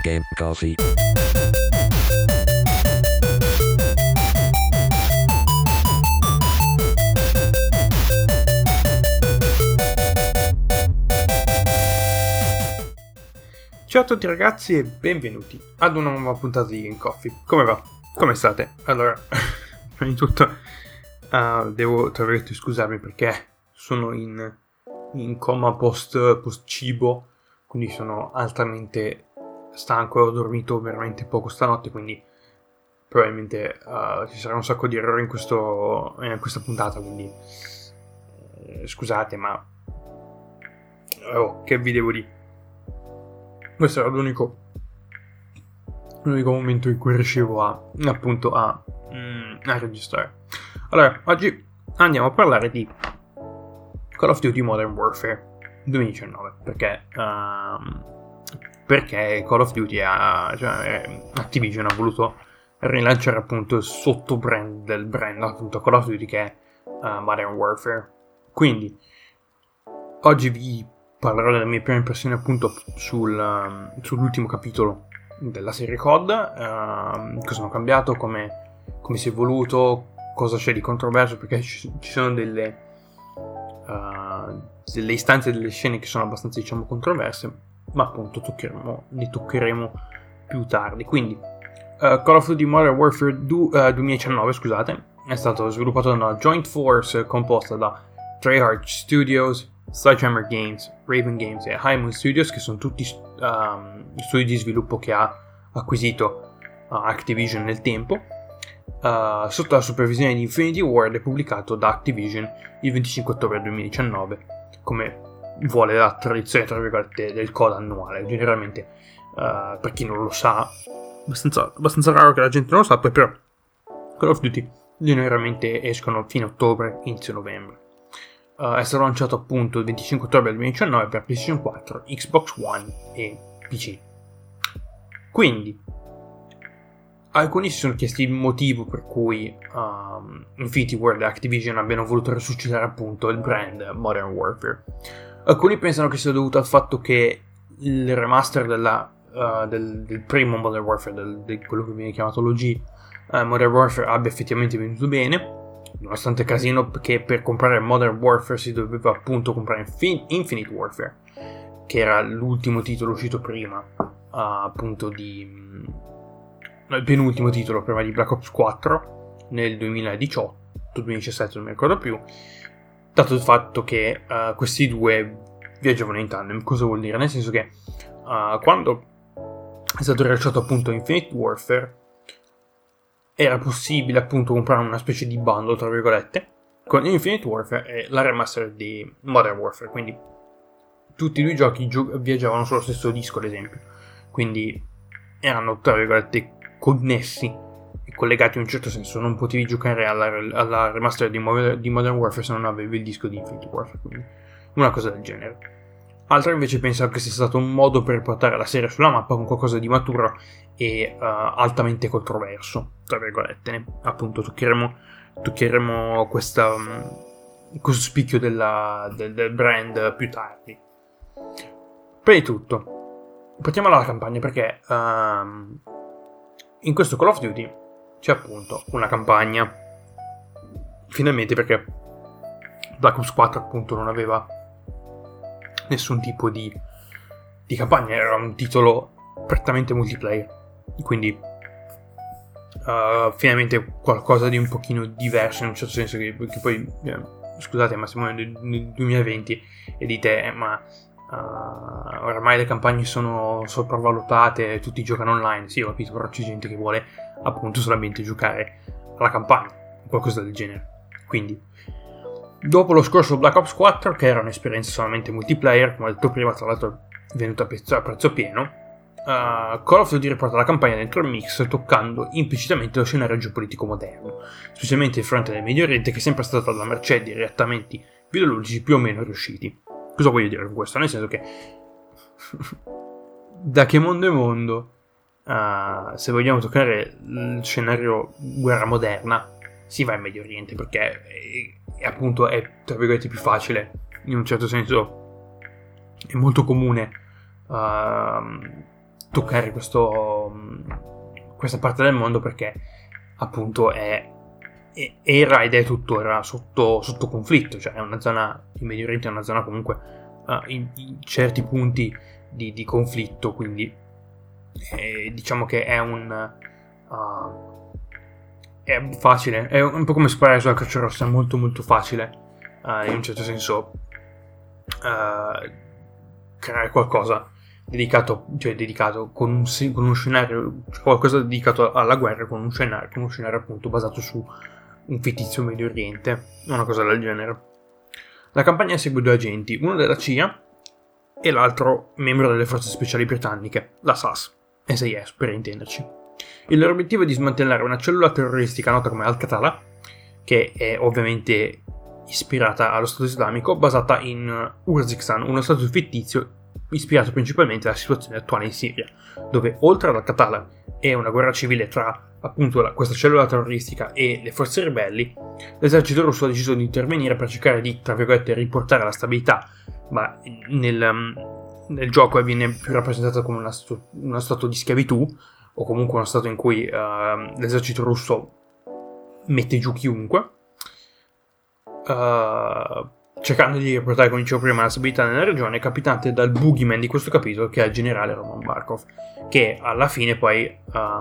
Game Coffee. Ciao a tutti ragazzi e benvenuti ad una nuova puntata di Game Coffee. Come va? Come state? Allora, prima di tutto devo tra virgolette scusarmi perché sono in coma post cibo, quindi sono altamente stanco, ho dormito veramente poco stanotte, quindi probabilmente ci sarà un sacco di errori in questa puntata, quindi scusate, ma che vi devo dire? Questo era l'unico momento in cui riuscivo a registrare. Allora, oggi andiamo a parlare di Call of Duty Modern Warfare 2019, perché Call of Duty Activision ha voluto rilanciare appunto il sottobrand del brand appunto Call of Duty, che è Modern Warfare. Quindi oggi vi parlerò delle mie prime impressioni appunto sull'ultimo capitolo della serie COD, cosa hanno cambiato, come si è evoluto, cosa c'è di controverso, perché ci sono delle istanze, delle scene che sono abbastanza, diciamo, controverse, ma appunto ne toccheremo più tardi. Quindi Call of Duty Modern Warfare 2019, scusate, è stato sviluppato da una joint force composta da Treyarch Studios, Sledgehammer Games, Raven Games e High Moon Studios, che sono tutti studi di sviluppo che ha acquisito Activision nel tempo, sotto la supervisione di Infinity Ward, è pubblicato da Activision il 25 ottobre 2019, come vuole la tradizione, tra virgolette, del COD annuale. Generalmente, per chi non lo sa, abbastanza raro che la gente non lo sappia, però Call of Duty generalmente escono fine ottobre, inizio novembre. È stato lanciato appunto il 25 ottobre 2019 per PlayStation 4, Xbox One e PC. Quindi alcuni si sono chiesti il motivo per cui Infinity Ward e Activision abbiano voluto resuscitare appunto il brand Modern Warfare. Alcuni pensano che sia dovuto al fatto che il remaster del primo Modern Warfare, di quello che viene chiamato l'OG Modern Warfare, abbia effettivamente venuto bene, nonostante il casino, perché per comprare Modern Warfare si doveva appunto comprare Infinite Warfare, che era l'ultimo titolo uscito prima appunto il penultimo titolo prima di Black Ops 4 nel 2018-2017, non mi ricordo più, dato il fatto che questi due viaggiavano in tandem. Cosa vuol dire? Nel senso che quando è stato rilasciato appunto Infinite Warfare era possibile appunto comprare una specie di bundle, tra virgolette, con Infinite Warfare e la remaster di Modern Warfare, quindi tutti e due i giochi viaggiavano sullo stesso disco, ad esempio, quindi erano, tra virgolette, connessi e collegati in un certo senso. Non potevi giocare alla remaster di Modern Warfare se non avevi il disco di Infinite Warfare, quindi una cosa del genere. Altri invece pensano che sia stato un modo per portare la serie sulla mappa con qualcosa di maturo e altamente controverso, tra virgolette. Appunto toccheremo questo spicchio del brand più tardi. Prima di tutto partiamo dalla campagna, perché in questo Call of Duty c'è appunto una campagna finalmente, perché Black Ops 4 appunto non aveva nessun tipo di campagna, era un titolo prettamente multiplayer, quindi finalmente qualcosa di un pochino diverso, in un certo senso, che poi scusate, ma siamo nel 2020 e dite ma ormai le campagne sono sopravvalutate, tutti giocano online. Sì, ho capito, però c'è gente che vuole appunto solamente giocare alla campagna, qualcosa del genere. Quindi dopo lo scorso Black Ops 4, che era un'esperienza solamente multiplayer, come ho detto prima, tra l'altro venuta a prezzo pieno, Call of Duty riporta la campagna dentro il mix, toccando implicitamente lo scenario geopolitico moderno, specialmente il fronte del Medio Oriente, che è sempre stato alla mercé di reattamenti videoludici più o meno riusciti. Cosa voglio dire con questo? Nel senso che da che mondo è mondo, se vogliamo toccare il scenario guerra moderna, si va in Medio Oriente, perché appunto è, tra virgolette, più facile, in un certo senso è molto comune toccare questa parte del mondo, perché appunto era ed è tuttora sotto conflitto, cioè è una zona, il Medio Oriente è una zona comunque in certi punti di conflitto, quindi diciamo che è facile, è un po' come sparare sulla Croce Rossa, è molto molto facile in un certo senso creare qualcosa dedicato con uno scenario, qualcosa dedicato alla guerra, con uno scenario appunto basato su un fittizio Medio Oriente, una cosa del genere. La campagna segue 2 agenti, uno della CIA e l'altro membro delle forze speciali britanniche, la SAS per intenderci. Il loro obiettivo è di smantellare una cellula terroristica nota come Al-Qatala, che è ovviamente ispirata allo Stato Islamico, basata in Urzikstan, uno stato fittizio ispirato principalmente alla situazione attuale in Siria, dove oltre ad Al-Qatala e una guerra civile tra appunto questa cellula terroristica e le forze ribelli, l'esercito russo ha deciso di intervenire per cercare di, tra virgolette, riportare la stabilità, ma nel gioco viene più rappresentata come uno stato di schiavitù, o comunque uno stato in cui l'esercito russo mette giù chiunque, cercando di riportare, come dicevo prima, la stabilità nella regione, capitante dal boogeyman di questo capitolo, che è il generale Roman Barkov, che alla fine poi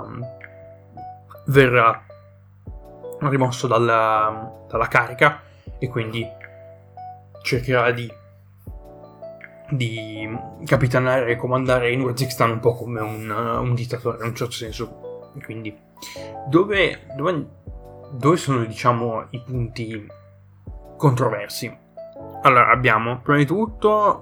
verrà rimosso dalla carica e quindi cercherà di capitanare e comandare in Urzikstan un po' come un dittatore in un certo senso. Quindi dove sono, diciamo, i punti controversi? Allora, abbiamo prima di tutto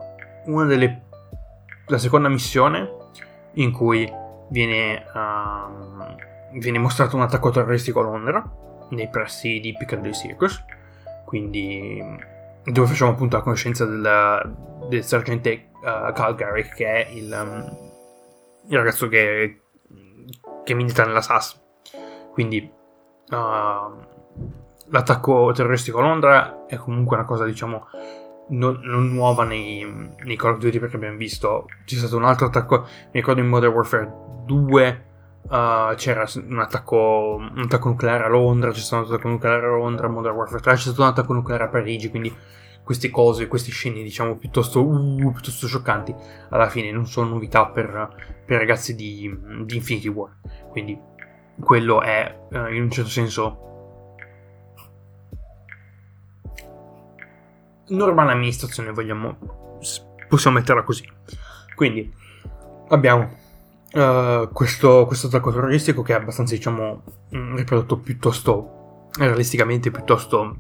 la seconda missione in cui viene mostrato un attacco terroristico a Londra nei pressi di Piccadilly Circus, quindi dove facciamo appunto la conoscenza del sergente Carl Garrick, che è il ragazzo che milita nella SAS. Quindi l'attacco terroristico a Londra è comunque una cosa, diciamo, non nuova nei Call of Duty, perché abbiamo visto c'è stato un altro attacco, mi ricordo in Modern Warfare 2 c'era un attacco nucleare a Londra, c'è stato un attacco nucleare a Londra, Modern Warfare 3 c'è stato un attacco nucleare a Parigi, quindi queste scene, diciamo, piuttosto scioccanti, alla fine non sono novità per ragazzi di Infinity War, quindi quello è in un certo senso normale amministrazione, possiamo metterla così. Quindi abbiamo questo attacco terroristico che è abbastanza, diciamo, riprodotto piuttosto realisticamente, piuttosto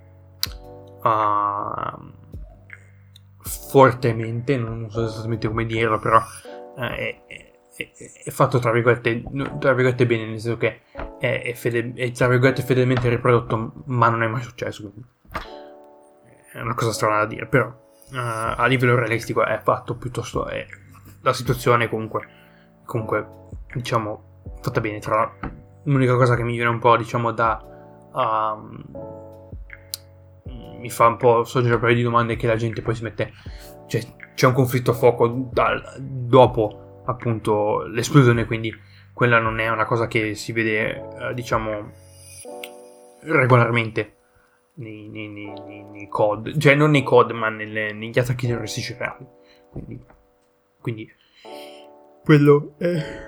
fortemente, non so esattamente come dirlo, però è fatto tra virgolette bene, nel senso che è tra virgolette fedelmente riprodotto, ma non è mai successo, quindi è una cosa strana da dire, però a livello realistico è fatto piuttosto, la situazione comunque diciamo fatta bene. Tra l'unica cosa che mi viene un po', diciamo, mi fa un po' sorgere un paio di domande, che la gente poi si mette, cioè c'è un conflitto a fuoco dopo appunto l'esplosione, quindi quella non è una cosa che si vede diciamo regolarmente nei COD, cioè non nei COD ma negli attacchi terroristici reali, quindi quello è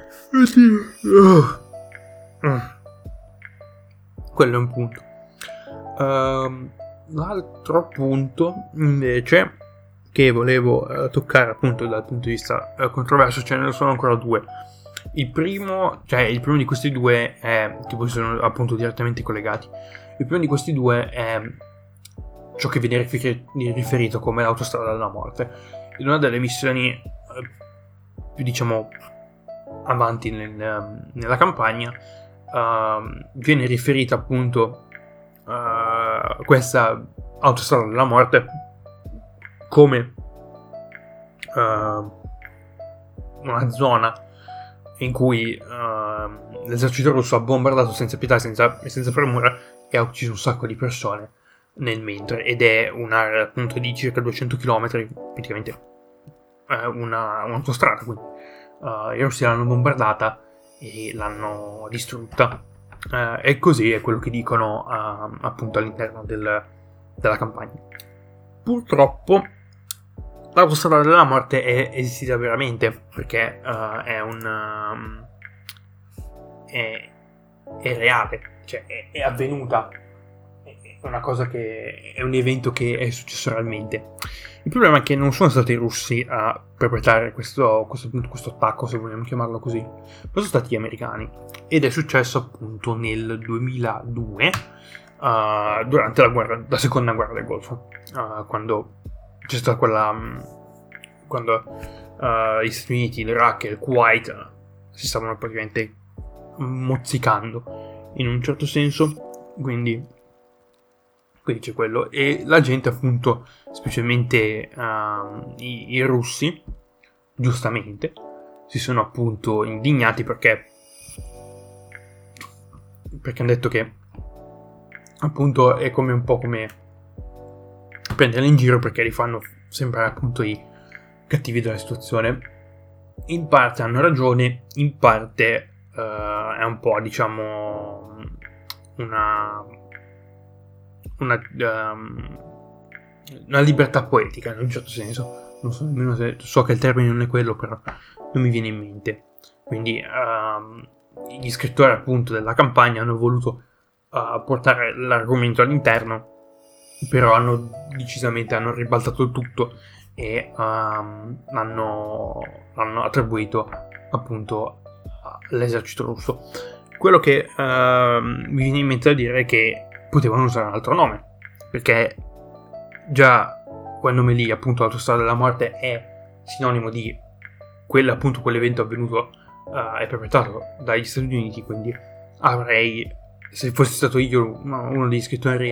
quello è un punto. L'altro punto invece che volevo toccare, appunto, dal punto di vista controverso, ce ne sono ancora 2. Il primo di questi 2 è, che poi sono appunto direttamente collegati. Il primo di questi 2 è ciò che viene riferito come l'autostrada della morte. In una delle missioni più, diciamo, avanti nella campagna viene riferita appunto questa autostrada della morte come una zona in cui l'esercito russo ha bombardato senza pietà e senza premura e ha ucciso un sacco di persone nel mentre, ed è un'area appunto di circa 200 km, praticamente un'autostrada, quindi i russi l'hanno bombardata e l'hanno distrutta. E così è quello che dicono appunto all'interno della campagna. Purtroppo l'autostrada della morte è esistita veramente, perché è reale, cioè è avvenuta, è una cosa che è un evento che è successo realmente. Il problema è che non sono stati i russi a perpetrare questo attacco, se vogliamo chiamarlo così, ma sono stati gli americani, ed è successo appunto nel 2002 durante la seconda guerra del Golfo, quando c'è stata quando gli Stati Uniti, l'Iraq e il Kuwait si stavano praticamente mozzicando in un certo senso, quindi c'è quello, e la gente appunto, specialmente i russi, giustamente si sono appunto indignati perché hanno detto che appunto è come un po' come prenderli in giro, perché li fanno sembrare appunto i cattivi della situazione. In parte hanno ragione, in parte è un po', diciamo, una libertà poetica in un certo senso. Non so nemmeno se so che il termine non è quello, però non mi viene in mente. Quindi gli scrittori appunto della campagna hanno voluto portare l'argomento all'interno, però hanno ribaltato il tutto e l'hanno attribuito appunto all'esercito russo. Quello che mi viene in mente da dire è che potevano usare un altro nome, perché già quel nome lì, appunto l'autostrada della morte, è sinonimo di quell'evento avvenuto e perpetrato dagli Stati Uniti. Quindi avrei, se fossi stato io uno degli scrittori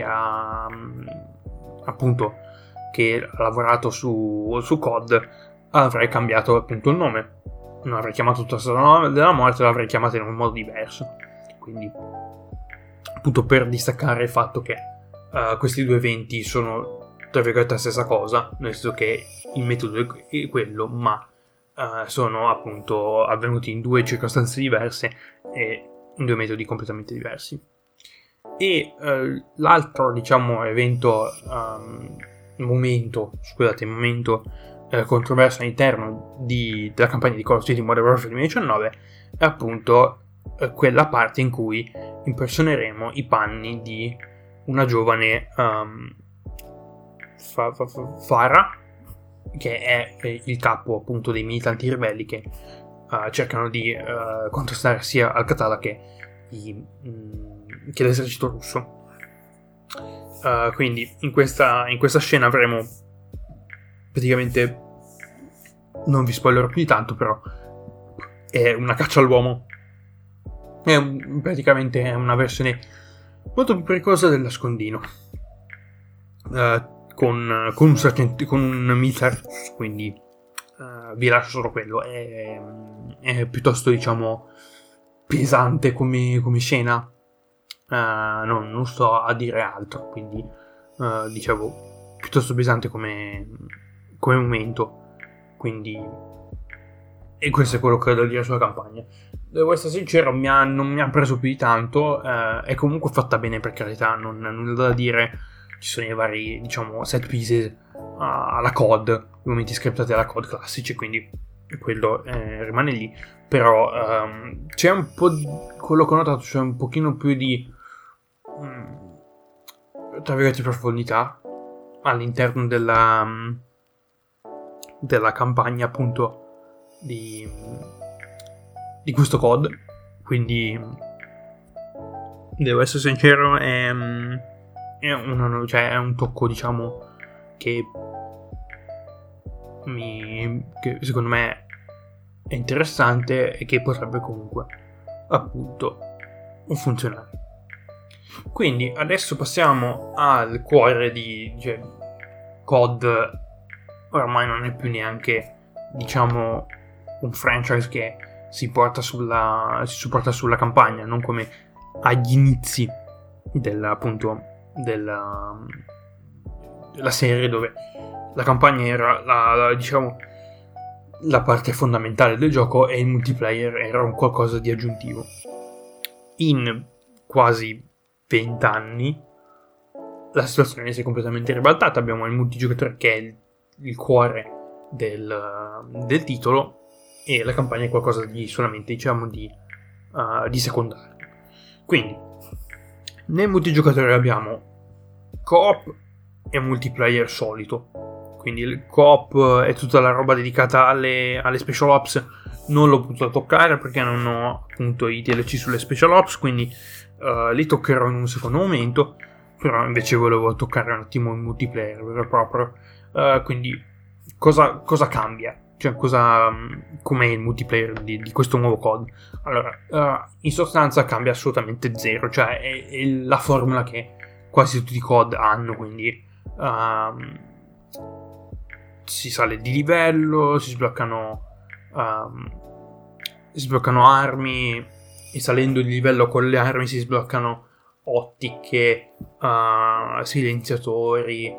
appunto che ha lavorato su COD, avrei cambiato appunto il nome, non avrei chiamato autostrada della morte, l'avrei chiamata in un modo diverso. Quindi appunto per distaccare il fatto che questi due eventi sono tra virgolette la stessa cosa, nel senso che il metodo è quello, ma sono appunto avvenuti in due circostanze diverse e in due metodi completamente diversi. E l'altro, diciamo, momento controverso all'interno della campagna di Call of Duty Modern Warfare 2019 è appunto quella parte in cui impersoneremo i panni di una giovane Farah, che è il capo appunto dei militanti ribelli che cercano di contrastare sia Al-Qaeda che l'esercito russo. Quindi in questa scena avremo praticamente, non vi spoilerò più di tanto, però è una caccia all'uomo, praticamente è una versione molto più pericolosa del nascondino, con un militare, quindi vi lascio solo quello. È piuttosto, diciamo, pesante come scena, non sto a dire altro, quindi dicevo piuttosto pesante come momento, quindi, e questo è quello che ho da dire sulla campagna. Devo essere sincero, non mi ha preso più di tanto, è comunque fatta bene, per carità, non nulla da dire. Ci sono i vari, diciamo, set pieces alla COD, i momenti scriptati alla COD classici, quindi quello rimane lì. Però c'è un po' quello che ho notato, c'è un pochino più di tra virgolette profondità all'interno della campagna appunto di questo COD. Quindi devo essere sincero, è un tocco, diciamo, che secondo me è interessante e che potrebbe comunque appunto funzionare. Quindi adesso passiamo al cuore cioè, COD ormai non è più neanche, diciamo, un franchise che si supporta sulla campagna, non come agli inizi della serie, dove la campagna era diciamo la parte fondamentale del gioco e il multiplayer era un qualcosa di aggiuntivo. In quasi 20 anni la situazione si è completamente ribaltata. Abbiamo il multigiocatore che è il cuore del titolo, e la campagna è qualcosa di solamente, diciamo, di secondario. Quindi nel multigiocatore abbiamo co-op e multiplayer solito. Quindi il co-op è tutta la roba dedicata alle special ops. Non l'ho potuto toccare perché non ho appunto i DLC sulle special ops, quindi li toccherò in un secondo momento. Però invece volevo toccare un attimo il multiplayer vero e proprio. Quindi cosa cambia? Cioè com'è il multiplayer di questo nuovo COD? Allora, in sostanza cambia assolutamente zero. Cioè è la formula che quasi tutti i COD hanno. Quindi si sale di livello, si sbloccano armi, e salendo di livello con le armi si sbloccano ottiche, silenziatori,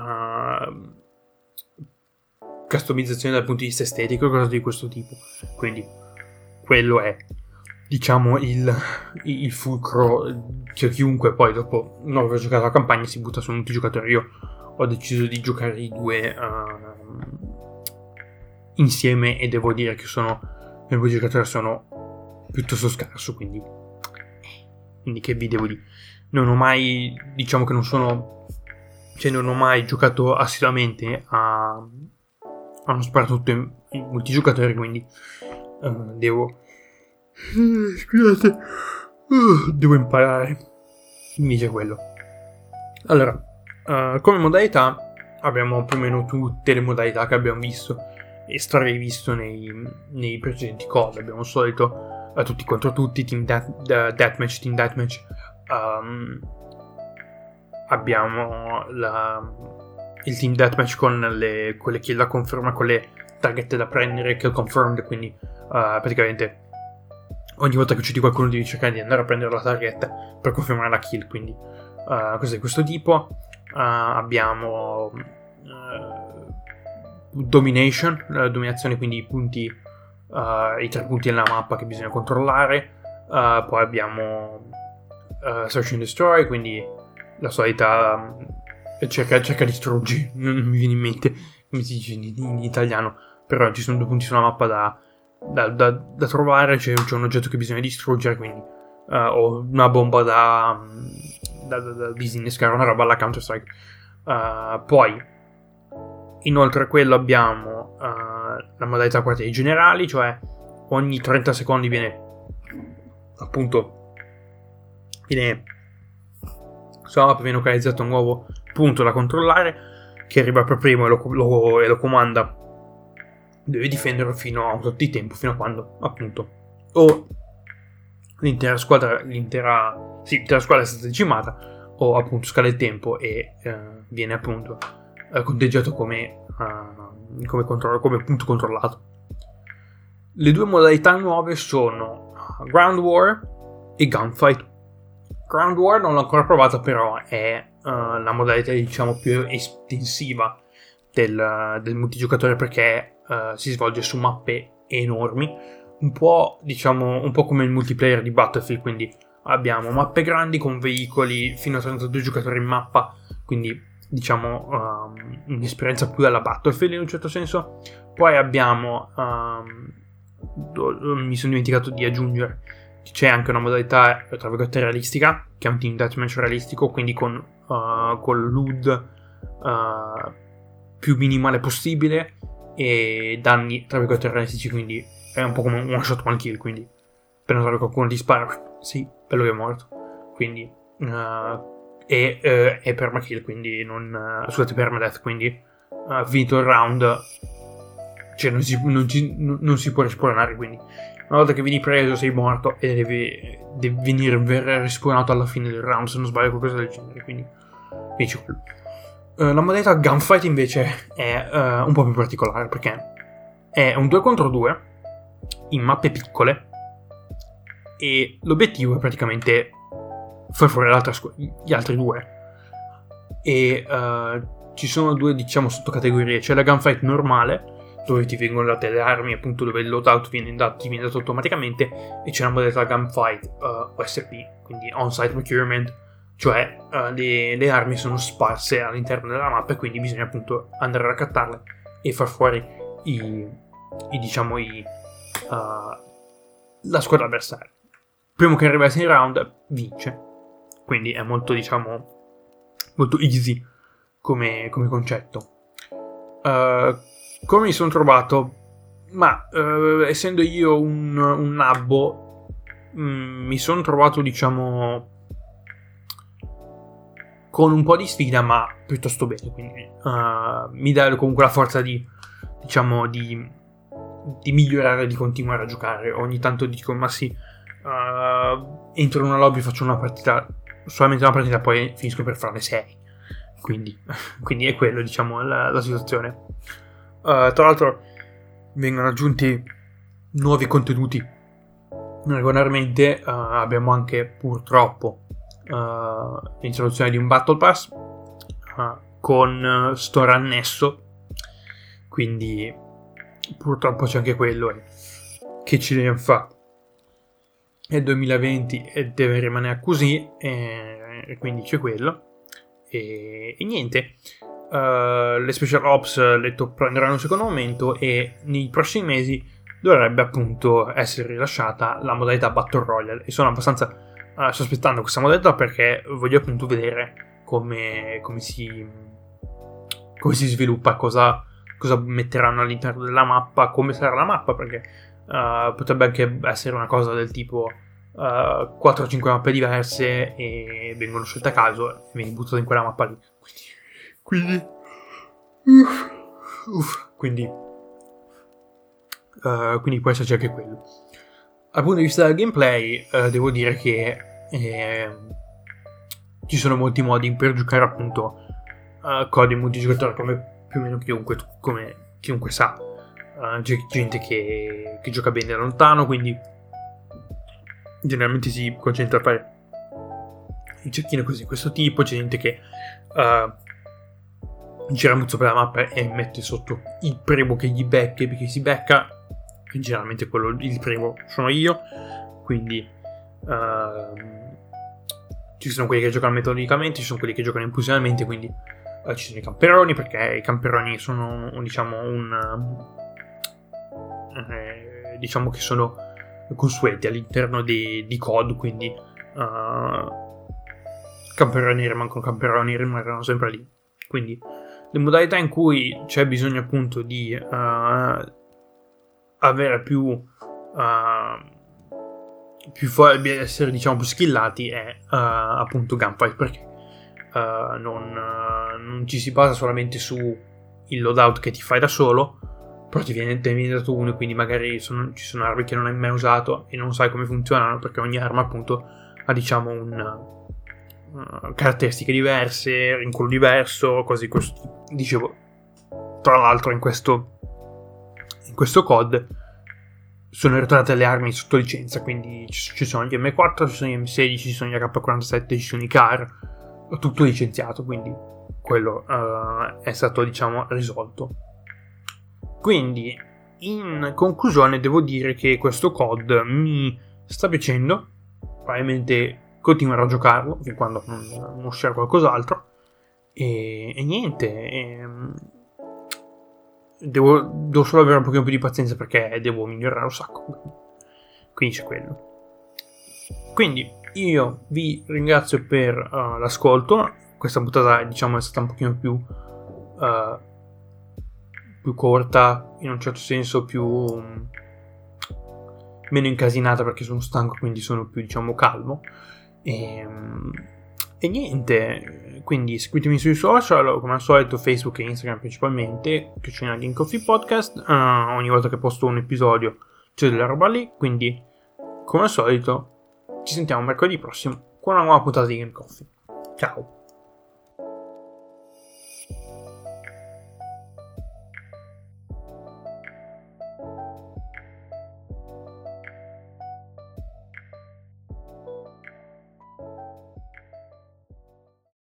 customizzazione dal punto di vista estetico, cose di questo tipo. Quindi quello è, diciamo, il fulcro. Cioè, chiunque poi dopo non aver giocato la campagna si butta su multigiocatore. Io ho deciso di giocare i due insieme, e devo dire che nel multigiocatore sono piuttosto scarso, quindi che vi devo dire, non ho mai, diciamo che non ho mai giocato assiduamente a uno sparatutto in multigiocatore, quindi scusate, devo imparare, quindi c'è quello. Allora, come modalità abbiamo più o meno tutte le modalità che abbiamo visto e stravisto nei precedenti COD. Abbiamo il solito tutti contro tutti, team deathmatch, abbiamo il team deathmatch con quelle kill da conferma, con le targette da prendere, kill confirmed, quindi praticamente ogni volta che uccidi qualcuno devi cercare di andare a prendere la targhetta per confermare la kill, quindi cose di questo tipo. Abbiamo dominazione, quindi i punti, i 3 punti nella mappa che bisogna controllare. Poi abbiamo search and destroy, quindi la solita cerca di distruggi, non mi viene in mente come si dice in italiano, però ci sono 2 punti sulla mappa da trovare, c'è un oggetto che bisogna distruggere, quindi o una bomba da disinnescare, una roba alla Counter Strike. Poi inoltre a quello abbiamo la modalità quartieri generali, cioè ogni 30 secondi viene sulla mappa viene localizzato un nuovo punto da controllare, che arriva per primo e lo comanda. Deve difenderlo fino a un tot di tempo, fino a quando appunto o l'intera squadra è stata decimata, o appunto scala il tempo e viene appunto conteggiato come punto controllato. Le 2 modalità nuove sono Ground War e Gunfight. Ground War non l'ho ancora provata, però è la modalità, diciamo, più estensiva del multigiocatore, perché si svolge su mappe enormi, un po' come il multiplayer di Battlefield, quindi abbiamo mappe grandi con veicoli fino a 32 giocatori in mappa, quindi diciamo un'esperienza più della Battlefield in un certo senso. Poi abbiamo mi sono dimenticato di aggiungere, c'è anche una modalità tra virgolette realistica, che è un team deathmatch realistico, quindi con loot più minimale possibile e danni tra virgolette realistici, quindi è un po' come un one shot one kill, quindi appena trovi qualcuno ti spara, sì, bello che è morto, quindi è permakill, quindi scusate, permadeath, quindi finito il round, cioè non si può respawnare, quindi una volta che vieni preso sei morto e devi venire respawnato alla fine del round, se non sbaglio, qualcosa del genere, quindi c'è quello. La modalità Gunfight invece è un po' più particolare, perché è un 2 contro 2 in mappe piccole, e l'obiettivo è praticamente far fuori gli altri 2, e ci sono 2, diciamo, sottocategorie. C'è la Gunfight normale, dove ti vengono date le armi, appunto dove il loadout ti viene dato automaticamente, e c'è una modalità gunfight OSP, quindi on-site procurement, cioè le armi sono sparse all'interno della mappa e quindi bisogna appunto andare a raccattarle e far fuori la squadra avversaria. Primo che arriva in round vince, quindi è molto molto easy come concetto. Come mi sono trovato? Ma essendo io un nabbo, mi sono trovato con un po' di sfida, ma piuttosto bene, quindi mi dà comunque la forza di migliorare, di continuare a giocare. Ogni tanto dico, ma sì, entro in una lobby, faccio una partita, solamente una partita, poi finisco per farne 6, quindi è quello, la situazione. Tra l'altro vengono aggiunti nuovi contenuti regolarmente. Abbiamo anche purtroppo l'introduzione di un Battle Pass con store annesso, quindi purtroppo c'è anche quello, che ci deve fare. È 2020 e deve rimanere così, e quindi c'è quello, e niente. Le special ops prenderanno un secondo momento, e nei prossimi mesi dovrebbe appunto essere rilasciata la modalità Battle Royale, e sono abbastanza sospettando questa modalità perché voglio appunto vedere come si sviluppa, cosa metteranno all'interno della mappa, come sarà la mappa, perché potrebbe anche essere una cosa del tipo 4-5 mappe diverse e vengono scelte a caso e vieni buttato in quella mappa lì, quindi può esserci anche quello. Dal punto di vista del gameplay, devo dire che ci sono molti modi per giocare appunto COD in multigiocatore, come più o meno chiunque sa. C'è gente che gioca bene da lontano, quindi generalmente si concentra a fare il giochino così, questo tipo. C'è gente che gira muzzo per la mappa e mette sotto il primo che gli becca, perché si becca, e generalmente il primo sono io, quindi ci sono quelli che giocano metodicamente, ci sono quelli che giocano impulsivamente, quindi ci sono i camperoni, perché i camperoni sono che sono consueti all'interno di COD, quindi camperoni rimarranno sempre lì. Quindi le modalità in cui c'è bisogno appunto di avere più essere più skillati è appunto gunfight, perché non ci si basa solamente su il loadout che ti fai da solo, però ti viene dato uno, e quindi magari ci sono armi che non hai mai usato e non sai come funzionano, perché ogni arma appunto ha caratteristiche diverse, rincolo diverso, cose di questo tipo. Dicevo, tra l'altro in questo COD sono ritornate le armi sotto licenza, quindi ci sono gli M4, ci sono gli M16, ci sono gli AK-47, ci sono i CAR, tutto licenziato, quindi quello è stato risolto. Quindi in conclusione devo dire che questo COD mi sta piacendo, probabilmente continuerò a giocarlo fin quando non uscirà qualcos'altro, e niente, devo solo avere un pochino più di pazienza perché devo migliorare un sacco, quindi c'è quello. Quindi io vi ringrazio per l'ascolto. Questa puntata è stata un pochino più corta, in un certo senso meno incasinata, perché sono stanco, quindi sono più calmo, e niente, quindi seguitemi sui social, come al solito Facebook e Instagram principalmente, che c'è Game Coffee Podcast. Ogni volta che posto un episodio c'è della roba lì, quindi come al solito ci sentiamo mercoledì prossimo con una nuova puntata di Game Coffee. Ciao.